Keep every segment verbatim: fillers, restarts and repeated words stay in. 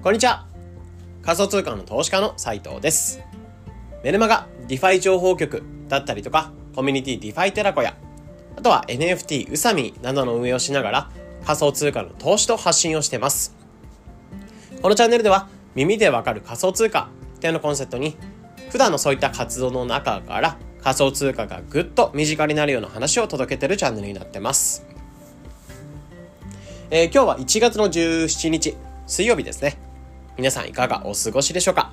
こんにちは。仮想通貨の投資家の斉藤です。メルマガ ディファイ 情報局だったりとか、コミュニティ ディファイ テラコや、あとは エヌエフティー ウサミなどの運営をしながら仮想通貨の投資と発信をしています。このチャンネルでは耳でわかる仮想通貨っていうのコンセプトに、普段のそういった活動の中から仮想通貨がぐっと身近になるような話を届けているチャンネルになってます。えー、今日はいちがつのじゅうしちにち水曜日ですね。皆さんいかがお過ごしでしょうか。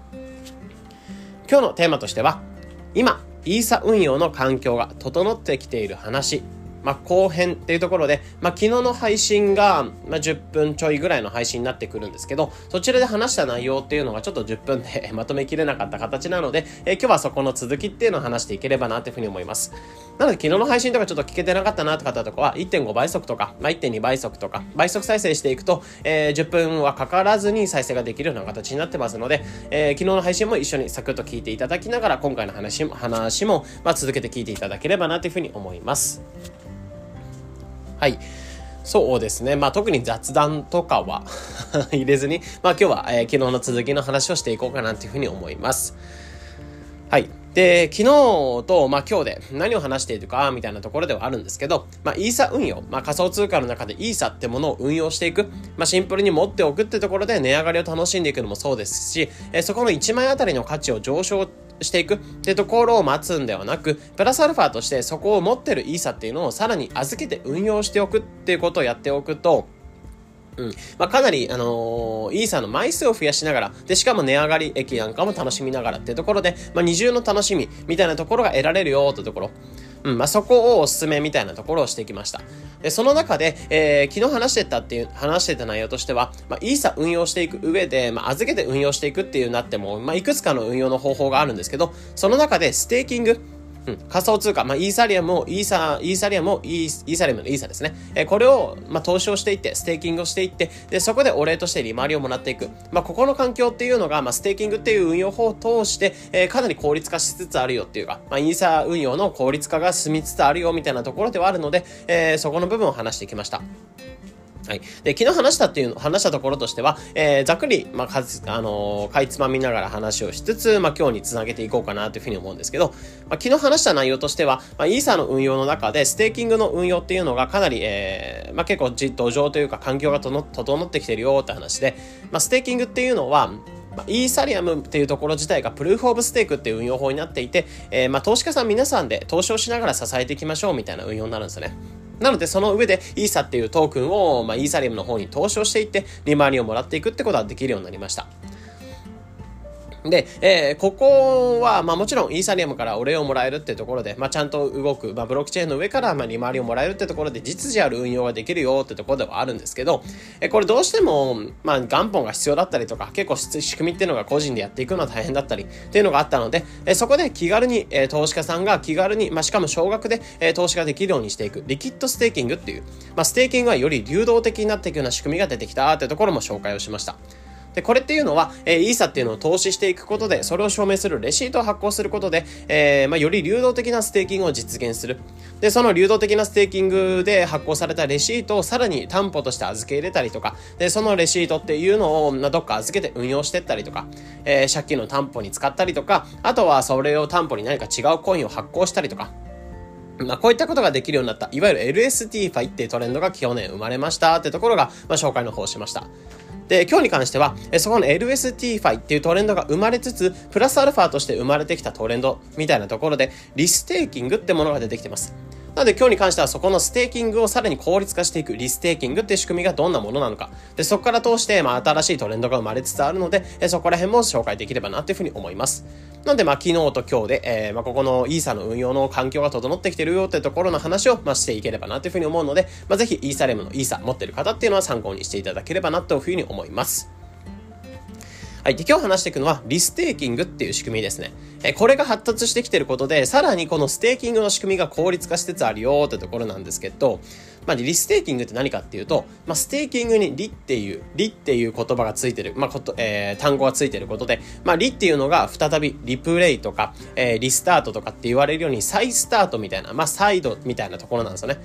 今日のテーマとしては、今イーサ運用の環境が整ってきている話、まあ、後編っていうところで、まあ、昨日の配信が、まあ、じゅっぷんちょいぐらいの配信になってくるんですけど、そちらで話した内容っていうのがちょっとじゅっぷんでまとめきれなかった形なので、えー、今日はそこの続きっていうのを話していければなというふうに思います。なので昨日の配信とかちょっと聞けてなかったなって方とかは いってんご 倍速とか、まあ、いってんに 倍速とか倍速再生していくと、えー、じゅっぷんはかからずに再生ができるような形になってますので、えー、昨日の配信も一緒にサクッと聞いていただきながら、今回の話も、話もまあ続けて聞いていただければなというふうに思います。はい。そうですね。まあ特に雑談とかは入れずに、まあ今日は、えー、昨日の続きの話をしていこうかなというふうに思います。はい。で、昨日と、まあ今日で何を話しているか、みたいなところではあるんですけど、まあイーサ運用、まあ仮想通貨の中でイーサってものを運用していく、まあシンプルに持っておくってところで値上がりを楽しんでいくのもそうですし、えー、そこのいちまいあたりの価値を上昇していくってところを待つんではなく、プラスアルファとしてそこを持ってるイーサっていうのをさらに預けて運用しておくっていうことをやっておくと、うんまあ、かなり、あのー、イーサの枚数を増やしながら、で、しかも値上がり益なんかも楽しみながらっていうところで、まあ、二重の楽しみみたいなところが得られるよというところ。うん、まあ、そこをおすすめみたいなところをしてきました。で、その中で、えー、昨日話してたっていう、話してた内容としては、まあ、イーサ運用していく上で、まあ、預けて運用していくっていうなっても、まあ、いくつかの運用の方法があるんですけど、その中でステーキング、うん、仮想通貨、まあ、イーサリアムを、イーサ、イーサリアムを、イー、イーサリアムのイーサですね。えー、これを、まあ、投資をしていって、ステーキングをしていって、で、そこでお礼として利回りをもらっていく。まあ、ここの環境っていうのが、まあ、ステーキングっていう運用法を通して、えー、かなり効率化しつつあるよっていうか、まあ、イーサ運用の効率化が進みつつあるよみたいなところではあるので、えー、そこの部分を話してきました。はい。で、昨日話したっていう、話したところとしては、えー、ざっくり、まあ、かつ、あのー、かいつまみながら話をしつつ、まあ、今日につなげていこうかなというふうに思うんですけど、まあ、昨日話した内容としては、まあ、イーサの運用の中で、ステーキングの運用っていうのがかなり、えー、まあ、結構、土壌というか環境がとの整ってきてるよって話で、まあ、ステーキングっていうのは、まあ、イーサリアムっていうところ自体がプルーフオブステークっていう運用法になっていて、えー、まあ、投資家さん皆さんで投資をしながら支えていきましょうみたいな運用になるんですよね。なのでその上でイーサっていうトークンを、まあ、イーサリアムの方に投資をしていって利回りをもらっていくってことができるようになりました。で、えー、ここは、まあもちろんイーサリアムからお礼をもらえるってところで、まあちゃんと動く、まあブロックチェーンの上から、まあ利回りをもらえるってところで、実時ある運用ができるよってところではあるんですけど、えー、これどうしても、まあ元本が必要だったりとか、結構仕組みっていうのが個人でやっていくのは大変だったりっていうのがあったので、えー、そこで気軽に、えー、投資家さんが気軽に、まあしかも少額で、えー、投資ができるようにしていく、リキッドステーキングっていう、まあステーキングはより流動的になっていくような仕組みが出てきたってところも紹介をしました。で、これっていうのは、えー、イーサっていうのを投資していくことで、それを証明するレシートを発行することで、えー、まあ、より流動的なステーキングを実現する。で、その流動的なステーキングで発行されたレシートをさらに担保として預け入れたりとか、で、そのレシートっていうのを、まあ、どっか預けて運用していったりとか、えー、借金の担保に使ったりとか、あとはそれを担保に何か違うコインを発行したりとか、まあ、こういったことができるようになった、いわゆる エルエスティー ファイっていうトレンドが去年生まれましたってところが、まあ、紹介の方をしました。で、今日に関しては、そこの エルエスティー ファイっていうトレンドが生まれつつ、プラスアルファとして生まれてきたトレンドみたいなところで、リステーキングってものが出てきてます。なので今日に関してはそこのステーキングをさらに効率化していくリステーキングっていう仕組みがどんなものなのか。で、そこから通して、まあ新しいトレンドが生まれつつあるので、そこら辺も紹介できればなというふうに思います。なのでまあ昨日と今日で、えー、まあここのイーサの運用の環境が整ってきてるよっていうところの話をまあしていければなというふうに思うので、まあぜひイーサレムのイーサ持ってる方っていうのは参考にしていただければなというふうに思います。はい。で、今日話していくのは、リステーキングっていう仕組みですね。え、これが発達してきていることで、さらにこのステーキングの仕組みが効率化しつつあるよってところなんですけど、まあ、リステーキングって何かっていうと、まあ、ステーキングにリっていう、リっていう言葉がついてる、まあ、こと、えー、単語がついてることで、まあ、リっていうのが再びリプレイとか、えー、リスタートとかって言われるように、再スタートみたいな、まあ、再度みたいなところなんですよね。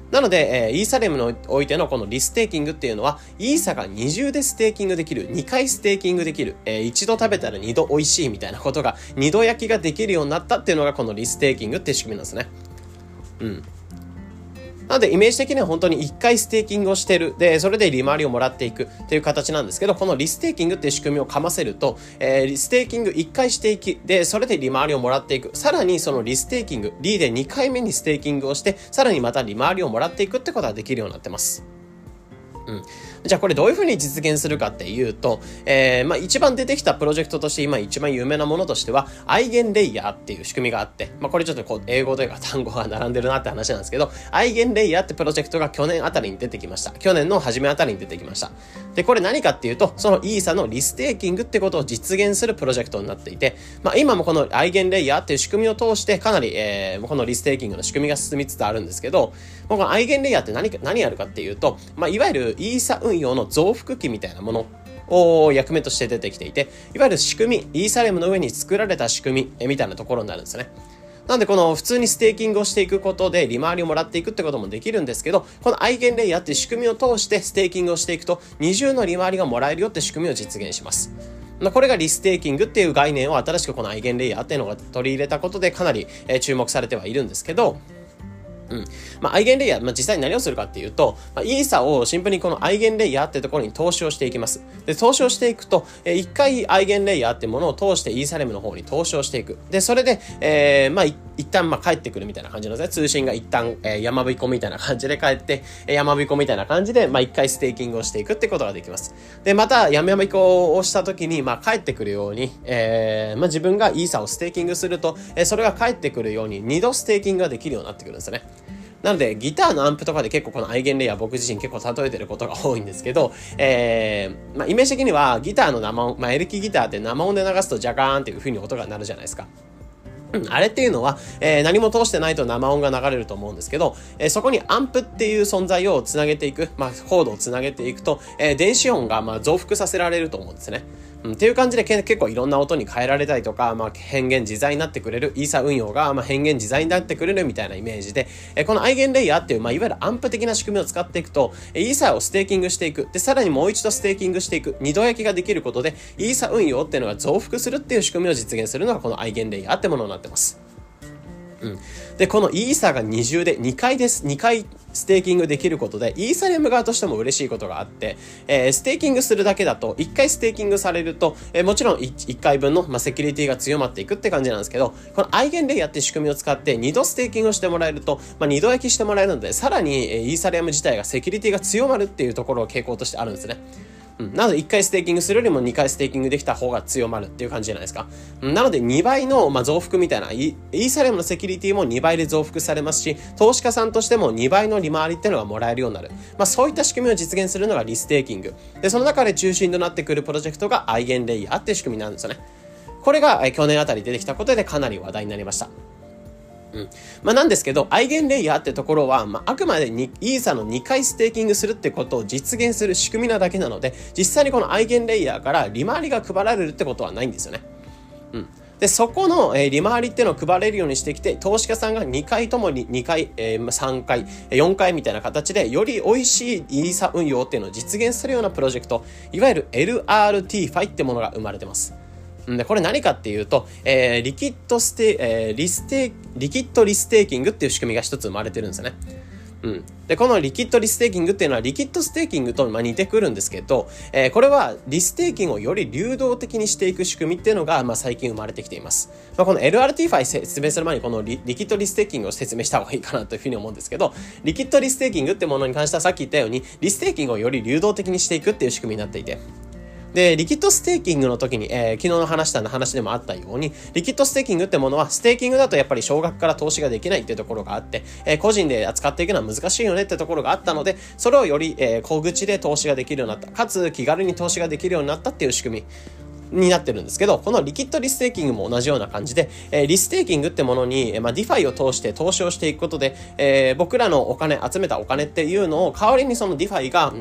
なので、えー、イーサリアムにおいてのこのリステーキングっていうのは、イーサが二重でステーキングできる、にかいステーキングできる、えー、一度食べたら二度美味しいみたいなことが、二度焼きができるようになったっていうのがこのリステーキングっていう仕組みなんですね。うん。なので、イメージ的には本当にいっかいステーキングをしてる。で、それで利回りをもらっていくっていう形なんですけど、このリステーキングっていう仕組みをかませると、えー、リステーキングいっかいしていき、で、それで利回りをもらっていく。さらにそのリステーキング、リでにかいめにステーキングをして、さらにまた利回りをもらっていくってことができるようになってます。うん。じゃあこれどういうふうに実現するかっていうと、えー、まあ一番出てきたプロジェクトとして今一番有名なものとしては、アイゲンレイヤーっていう仕組みがあって、まあこれちょっとこう英語というか単語が並んでるなって話なんですけど、アイゲンレイヤーってプロジェクトが去年あたりに出てきました。去年の初めあたりに出てきました。で、これ何かっていうと、そのイーサのリステーキングってことを実現するプロジェクトになっていて、まあ今もこのアイゲンレイヤーっていう仕組みを通してかなり、えー、このリステーキングの仕組みが進みつつあるんですけど、このアイゲンレイヤーって何か、何やるかっていうと、まあいわゆるイーサ運用の増幅器みたいなものを役目として出てきていて、いわゆる仕組み、イーサリアムの上に作られた仕組みみたいなところになるんですね。なんでこの普通にステーキングをしていくことで利回りをもらっていくってこともできるんですけど、このアイゲンレイヤーっていう仕組みを通してステーキングをしていくと二重の利回りがもらえるよって仕組みを実現します。これがリステーキングっていう概念を新しくこのアイゲンレイヤーっていうのが取り入れたことでかなり注目されてはいるんですけど、うん。まあ、アイゲンレイヤー、まあ、実際に何をするかっていうと、まあ、イーサをシンプルにこのアイゲンレイヤーってところに投資をしていきます。で、投資をしていくと、えー、一回アイゲンレイヤーってものを通してイーサレムの方に投資をしていく。で、それで、えー、まあ、一旦、まあ、帰ってくるみたいな感じなんですね。通信が一旦、えー、山彦みたいな感じで帰って、えー、山彦みたいな感じで、まあ、一回ステーキングをしていくってことができます。で、また、山彦をした時に、まあ、帰ってくるように、えー、まあ、自分がイーサをステーキングすると、えー、それが帰ってくるように、二度ステーキングができるようになってくるんですね。なので、ギターのアンプとかで結構このアイゲンレイヤー僕自身結構例えてることが多いんですけど、えー、まあ、イメージ的にはギターの生音、まあ、エレキギターって生音で流すとジャカーンっていう風に音が鳴るじゃないですか。うん、あれっていうのは、えー、何も通してないと生音が流れると思うんですけど、えー、そこにアンプっていう存在をつなげていく、まあ、コードをつなげていくと、えー、電子音がまあ増幅させられると思うんですね。うん、っていう感じで結構いろんな音に変えられたりとか、まあ、変幻自在になってくれる、イーサ運用がまあ変幻自在になってくれるみたいなイメージで、えー、このアイゲンレイヤーっていう、まあ、いわゆるアンプ的な仕組みを使っていくと、イーサをステーキングしていく。で、さらにもう一度ステーキングしていく。二度焼きができることで、イーサ運用っていうのが増幅するっていう仕組みを実現するのがこのアイゲンレイヤーってものになってます。うん、で、このイーサが二重でにかいです。にかいステーキングできることで、イーサリアム側としても嬉しいことがあって、えー、ステーキングするだけだと、いっかいステーキングされると、えー、もちろん 1, いっかいぶんの、まあ、セキュリティが強まっていくって感じなんですけど、このアイゲンレイヤーって仕組みを使ってにどステーキングをしてもらえると、まあ、にど焼きしてもらえるので、さらに、えー、イーサリアム自体がセキュリティが強まるっていうところを傾向としてあるんですね。うん、なのでいっかいステーキングするよりもにかいステーキングできた方が強まるっていう感じじゃないですか。うん、なのでにばいの、まあ、増幅みたいな、イーサリアムのセキュリティもにばいで増幅されますし、投資家さんとしてもにばいの利回りっていうのがもらえるようになる。まあそういった仕組みを実現するのがリステーキング。で、その中で中心となってくるプロジェクトがアイゲンレイヤーっていう仕組みなんですよね。これが去年あたり出てきたことでかなり話題になりました。うん。まあなんですけど、アイゲンレイヤーってところは、まああくまでにイーサのにかいステーキングするってことを実現する仕組みなだけなので、実際にこのアイゲンレイヤーから利回りが配られるってことはないんですよね。うん。で、そこの、えー、利回りっていうのを配れるようにしてきて、投資家さんがにかいともににかい、えー、さんかい、よんかいみたいな形で、より美味しいイーサ運用っていうのを実現するようなプロジェクト、いわゆる エルアールティー ファイってものが生まれてます。で、これ何かっていうと、えー、リキッドステ、えー、リステ、リキッドリステーキングっていう仕組みが一つ生まれてるんですよね。うん。で、このリキッドリステーキングっていうのはリキッドステーキングとまあ似てくるんですけど、えー、これはリステーキングをより流動的にしていく仕組みっていうのがまあ最近生まれてきています。まあ、この エルアールティー ファイ説明する前にこの リ, リキッドリステーキングを説明した方がいいかなというふうに思うんですけど、リキッドリステーキングってものに関してはさっき言ったようにリステーキングをより流動的にしていくっていう仕組みになっていて、で、リキッドステーキングの時に、えー、昨日の話したの話でもあったように、リキッドステーキングってものは、ステーキングだとやっぱり少額から投資ができないっていうところがあって、えー、個人で扱っていくのは難しいよねってところがあったので、それをより、えー、小口で投資ができるようになった。かつ、気軽に投資ができるようになったっていう仕組みになってるんですけど、このリキッドリステーキングも同じような感じで、えー、リステーキングってものに、えーまあ、ディファイを通して投資をしていくことで、えー、僕らのお金、集めたお金っていうのを代わりにそのディファイが、まあ、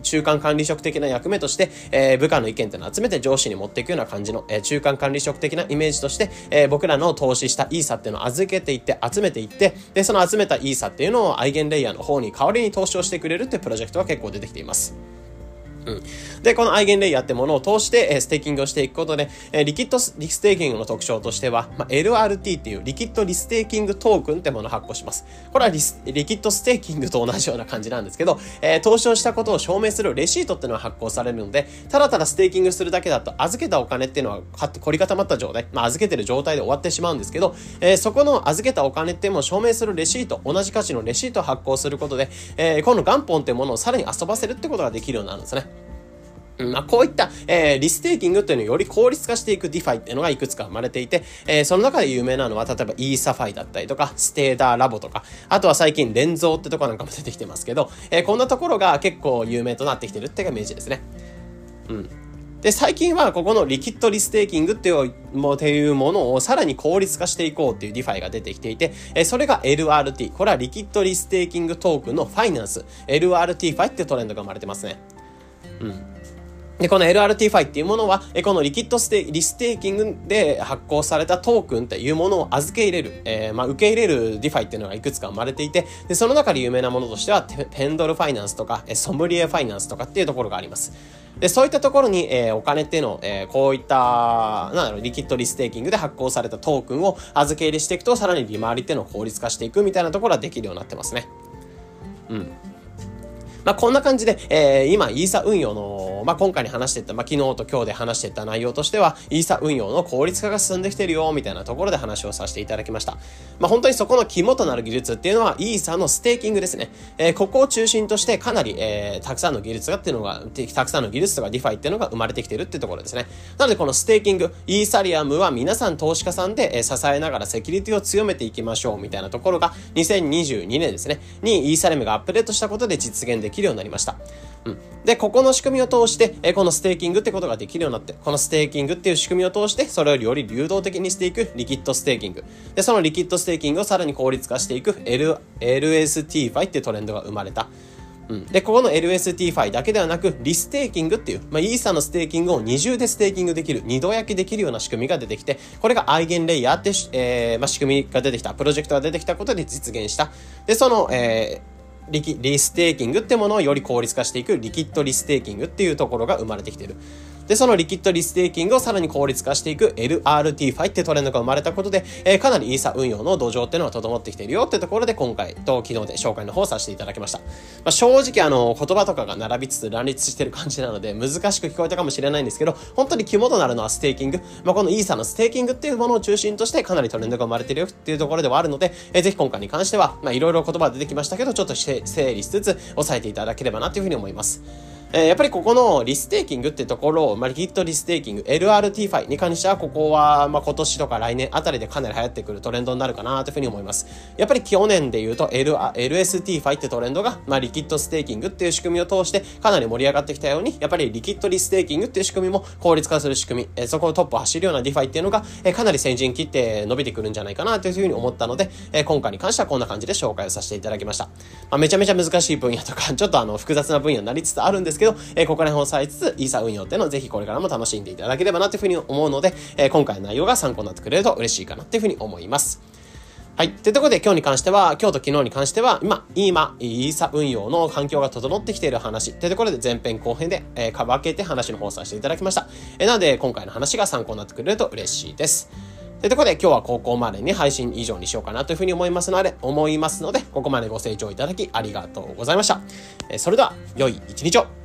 中間管理職的な役目として、えー、部下の意見っていうのを集めて上司に持っていくような感じの、えー、中間管理職的なイメージとして、えー、僕らの投資したイーサっていうのを預けていって集めていって、でその集めたイーサっていうのをアイゲンレイヤーの方に代わりに投資をしてくれるっていうプロジェクトが結構出てきています。うん、で、このアイゲンレイヤーってものを通して、えー、ステーキングをしていくことで、えー、リキッドリステーキングの特徴としては、まあ、エルアールティー っていうリキッドリステーキングトークンってものを発行します。これはリスリキッドステーキングと同じような感じなんですけど、えー、投資をしたことを証明するレシートっていうのが発行されるので、ただただステーキングするだけだと預けたお金っていうのは凝り固まった状態、まあ、預けてる状態で終わってしまうんですけど、えー、そこの預けたお金っていうのを証明するレシート、同じ価値のレシートを発行することで、えー、この元本っていうものをさらに遊ばせるってことができるようになるんですね。まあ、こういった、えー、リステーキングというのをより効率化していくディファイっていうのがいくつか生まれていて、えー、その中で有名なのは、例えばイーサファイだったりとか、ステーダーラボとか、あとは最近レンゾーってところなんかも出てきてますけど、えー、こんなところが結構有名となってきてるっていうイメージですね。うん。で、最近はここのリキッドリステーキングっていうもっていうものをさらに効率化していこうっていうディファイが出てきていて、えそれが エルアールティー。これはリキッドリステーキングトークンのファイナンス。エルアールティー ファイってトレンドが生まれてますね。うん。で、この エルアールティー ファイっていうものは、このリキッドステリステーキングで発行されたトークンっていうものを預け入れる、えー、まあ、受け入れるディファイっていうのがいくつか生まれていて、で、その中で有名なものとしては、ペンドルファイナンスとか、ソムリエファイナンスとかっていうところがあります。で、そういったところに、えー、お金っていうのを、えー、こういった、なんだろう、リキッドリステーキングで発行されたトークンを預け入れしていくと、さらに利回りっていうのを効率化していくみたいなところはできるようになってますね。うん。まあ、こんな感じで、えー、今、イーサ運用の、まあ、今回に話してた、まあ、昨日と今日で話してた内容としては、イーサ運用の効率化が進んできてるよ、みたいなところで話をさせていただきました。まあ、本当にそこの肝となる技術っていうのは、イーサのステーキングですね。えー、ここを中心として、かなり、えー、たくさんの技術がっていうのが、たくさんの技術とかディファイっていうのが生まれてきてるっていうところですね。なので、このステーキング、イーサリアムは皆さん投資家さんで、えー、支えながらセキュリティを強めていきましょう、みたいなところが、にせんにじゅうにねんですね、にイーサリアムがアップデートしたことで実現できるようになりました。うん、で、ここの仕組みを通して、えー、このステーキングってことができるようになって、このステーキングっていう仕組みを通して、それをより流動的にしていくリキッドステーキング。で、そのリキッドステーキングをさらに効率化していく L、エルエスティー ファイっていうトレンドが生まれた。うん、で、ここの エルエスティー ファイだけではなく、リステーキングっていう、まあ、イーサのステーキングを二重でステーキングできる、二度焼きできるような仕組みが出てきて、これがアイゲンレイヤーって、えー、まあ、仕組みが出てきた、プロジェクトが出てきたことで実現した。で、その、えーリキ、リステーキングってものをより効率化していくリキッドリステーキングっていうところが生まれてきている。で、そのリキッドリステーキングをさらに効率化していく エルアールティー ファイってトレンドが生まれたことで、えー、かなりイーサ運用の土壌っていうのは整ってきているよってところで今回と昨日で紹介の方させていただきました。まあ、正直あの言葉とかが並びつつ乱立してる感じなので難しく聞こえたかもしれないんですけど、本当に肝となるのはステーキング。まあ、このイーサのステーキングっていうものを中心としてかなりトレンドが生まれているよっていうところではあるので、えー、ぜひ今回に関しては、まあいろいろ言葉が出てきましたけど、ちょっと整理しつつ押さえていただければなというふうに思います。えー、やっぱりここのリステーキングっていうところを、まあ、リキッドリステーキング エルアールティー ファイに関してはここは、まあ、今年とか来年あたりでかなり流行ってくるトレンドになるかなというふうに思います。やっぱり去年で言うと L、エルエスティー ファイってトレンドが、まあ、リキッドステーキングっていう仕組みを通してかなり盛り上がってきたように、やっぱりリキッドリステーキングっていう仕組みも効率化する仕組み、えー、そこをトップを走るようなディファイっていうのが、えー、かなり先陣切って伸びてくるんじゃないかなというふうに思ったので、えー、今回に関してはこんな感じで紹介をさせていただきました。まあ、めちゃめちゃ難しい分野とかちょっとあの複雑な分野になりつつあるんですけど、えー、ここら辺を抑えつつイーサ運用っていうのをぜひこれからも楽しんでいただければなというふうに思うので、えー、今回の内容が参考になってくれると嬉しいかなというふうに思います。はい。というところで今日に関しては、今日と昨日に関しては、今、今、イーサ運用の環境が整ってきている話というところで前編後編で、えー、分けて話の方をさせていただきました。えー、なので今回の話が参考になってくれると嬉しいです。というところで今日はここまでに配信以上にしようかなというふうに思いますので、思いますので、ここまでご清聴いただきありがとうございました。えー、それでは、良い一日を。